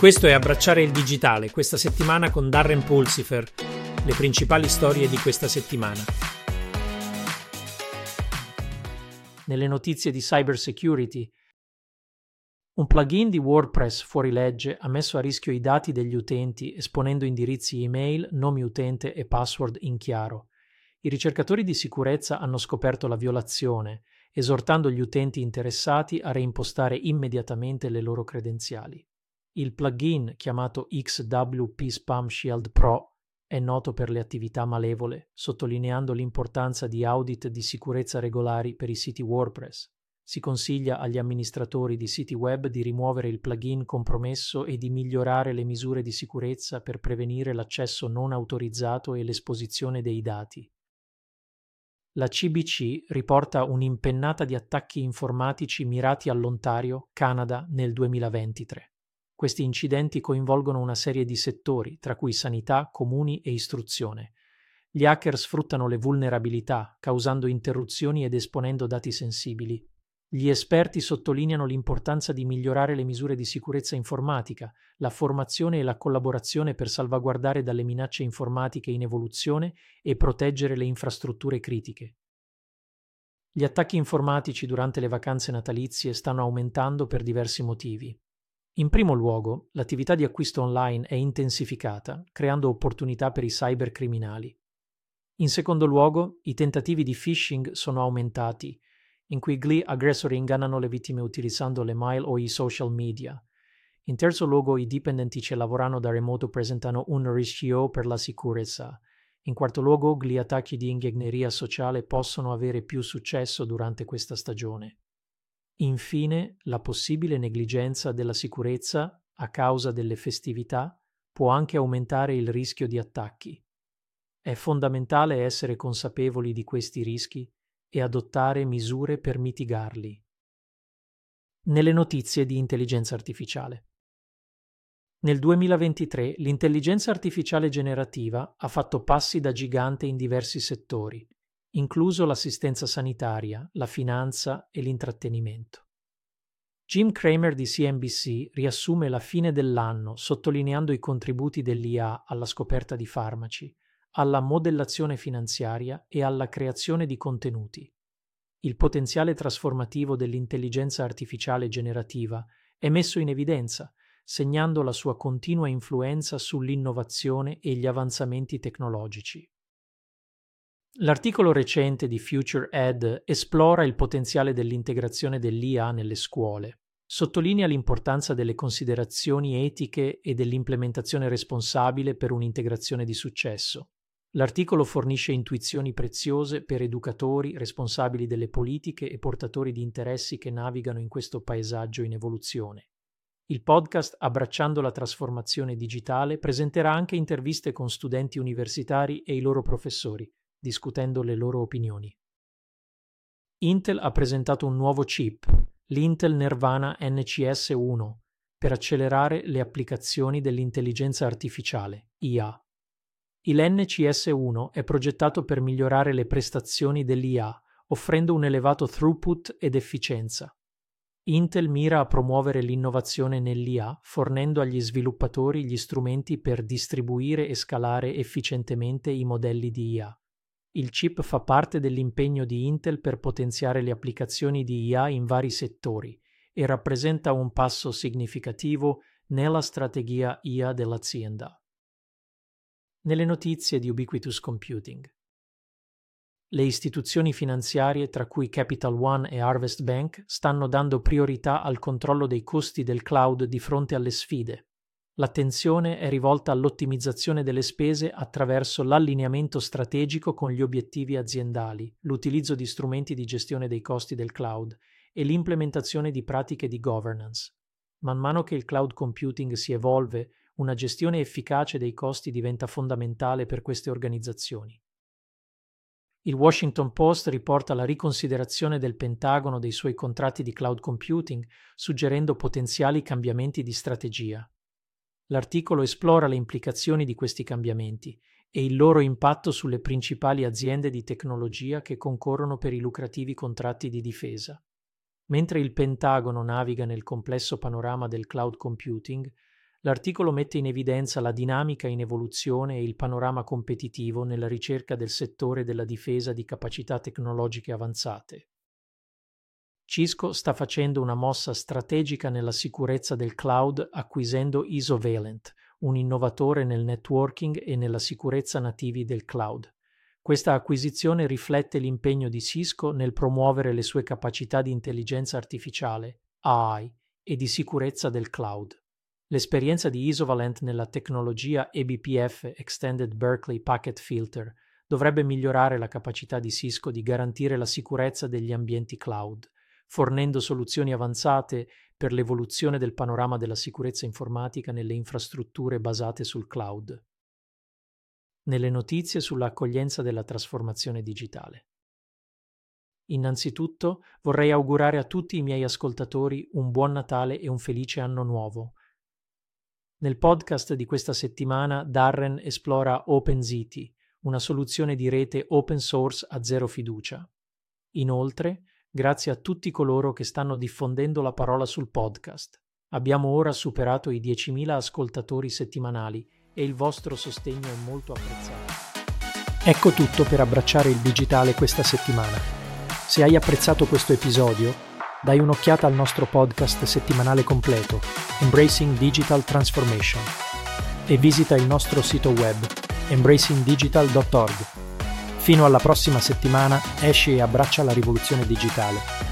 Questo è Abbracciare il digitale, questa settimana con Darren Pulsifer, le principali storie di questa settimana. Nelle notizie di cybersecurity, un plugin di WordPress fuori legge ha messo a rischio i dati degli utenti esponendo indirizzi email, nomi utente e password in chiaro. I ricercatori di sicurezza hanno scoperto la violazione, esortando gli utenti interessati a reimpostare immediatamente le loro credenziali. Il plugin, chiamato XWP Spam Shield Pro, è noto per le attività malevole, sottolineando l'importanza di audit di sicurezza regolari per i siti WordPress. Si consiglia agli amministratori di siti web di rimuovere il plugin compromesso e di migliorare le misure di sicurezza per prevenire l'accesso non autorizzato e l'esposizione dei dati. La CBC riporta un'impennata di attacchi informatici mirati all'Ontario, Canada, nel 2023. Questi incidenti coinvolgono una serie di settori, tra cui sanità, comuni e istruzione. Gli hacker sfruttano le vulnerabilità, causando interruzioni ed esponendo dati sensibili. Gli esperti sottolineano l'importanza di migliorare le misure di sicurezza informatica, la formazione e la collaborazione per salvaguardare dalle minacce informatiche in evoluzione e proteggere le infrastrutture critiche. Gli attacchi informatici durante le vacanze natalizie stanno aumentando per diversi motivi. In primo luogo, l'attività di acquisto online è intensificata, creando opportunità per i cybercriminali. In secondo luogo, i tentativi di phishing sono aumentati, in cui gli aggressori ingannano le vittime utilizzando le mail o i social media. In terzo luogo, i dipendenti che lavorano da remoto presentano un rischio per la sicurezza. In quarto luogo, gli attacchi di ingegneria sociale possono avere più successo durante questa stagione. Infine, la possibile negligenza della sicurezza a causa delle festività può anche aumentare il rischio di attacchi. È fondamentale essere consapevoli di questi rischi e adottare misure per mitigarli. Nelle notizie di intelligenza artificiale. Nel 2023 l'intelligenza artificiale generativa ha fatto passi da gigante in diversi settori, incluso l'assistenza sanitaria, la finanza e l'intrattenimento. Jim Cramer di CNBC riassume la fine dell'anno sottolineando i contributi dell'IA alla scoperta di farmaci, alla modellazione finanziaria e alla creazione di contenuti. Il potenziale trasformativo dell'intelligenza artificiale generativa è messo in evidenza, segnando la sua continua influenza sull'innovazione e gli avanzamenti tecnologici. L'articolo recente di Future Ed esplora il potenziale dell'integrazione dell'IA nelle scuole, sottolinea l'importanza delle considerazioni etiche e dell'implementazione responsabile per un'integrazione di successo. L'articolo fornisce intuizioni preziose per educatori, responsabili delle politiche e portatori di interessi che navigano in questo paesaggio in evoluzione. Il podcast Abbracciando la trasformazione digitale presenterà anche interviste con studenti universitari e i loro professori, discutendo le loro opinioni. Intel ha presentato un nuovo chip, l'Intel Nervana NCS1, per accelerare le applicazioni dell'intelligenza artificiale, IA. Il NCS1 è progettato per migliorare le prestazioni dell'IA, offrendo un elevato throughput ed efficienza. Intel mira a promuovere l'innovazione nell'IA, fornendo agli sviluppatori gli strumenti per distribuire e scalare efficientemente i modelli di IA. Il chip fa parte dell'impegno di Intel per potenziare le applicazioni di IA in vari settori e rappresenta un passo significativo nella strategia IA dell'azienda. Nelle notizie di Ubiquitous Computing. Le istituzioni finanziarie, tra cui Capital One e Harvest Bank, stanno dando priorità al controllo dei costi del cloud di fronte alle sfide. L'attenzione è rivolta all'ottimizzazione delle spese attraverso l'allineamento strategico con gli obiettivi aziendali, l'utilizzo di strumenti di gestione dei costi del cloud e l'implementazione di pratiche di governance. Man mano che il cloud computing si evolve, una gestione efficace dei costi diventa fondamentale per queste organizzazioni. Il Washington Post riporta la riconsiderazione del Pentagono dei suoi contratti di cloud computing, suggerendo potenziali cambiamenti di strategia. L'articolo esplora le implicazioni di questi cambiamenti e il loro impatto sulle principali aziende di tecnologia che concorrono per i lucrativi contratti di difesa. Mentre il Pentagono naviga nel complesso panorama del cloud computing, L'articolo mette in evidenza la dinamica in evoluzione e il panorama competitivo nella ricerca del settore della difesa di capacità tecnologiche avanzate. Cisco sta facendo una mossa strategica nella sicurezza del cloud acquisendo Isovalent, un innovatore nel networking e nella sicurezza nativi del cloud. Questa acquisizione riflette l'impegno di Cisco nel promuovere le sue capacità di intelligenza artificiale, AI, e di sicurezza del cloud. L'esperienza di Isovalent nella tecnologia eBPF Extended Berkeley Packet Filter dovrebbe migliorare la capacità di Cisco di garantire la sicurezza degli ambienti cloud, fornendo soluzioni avanzate per l'evoluzione del panorama della sicurezza informatica nelle infrastrutture basate sul cloud. Nelle notizie sull'accoglienza della trasformazione digitale. Innanzitutto vorrei augurare a tutti i miei ascoltatori un buon Natale e un felice anno nuovo. Nel podcast di questa settimana Darren esplora OpenZT, una soluzione di rete open source a zero fiducia. Inoltre, grazie a tutti coloro che stanno diffondendo la parola sul podcast. Abbiamo ora superato i 10.000 ascoltatori settimanali e il vostro sostegno è molto apprezzato. Ecco tutto per abbracciare il digitale questa settimana. Se hai apprezzato questo episodio, dai un'occhiata al nostro podcast settimanale completo, Embracing Digital Transformation, e visita il nostro sito web, embracingdigital.org. Fino alla prossima settimana, esci e abbraccia la rivoluzione digitale.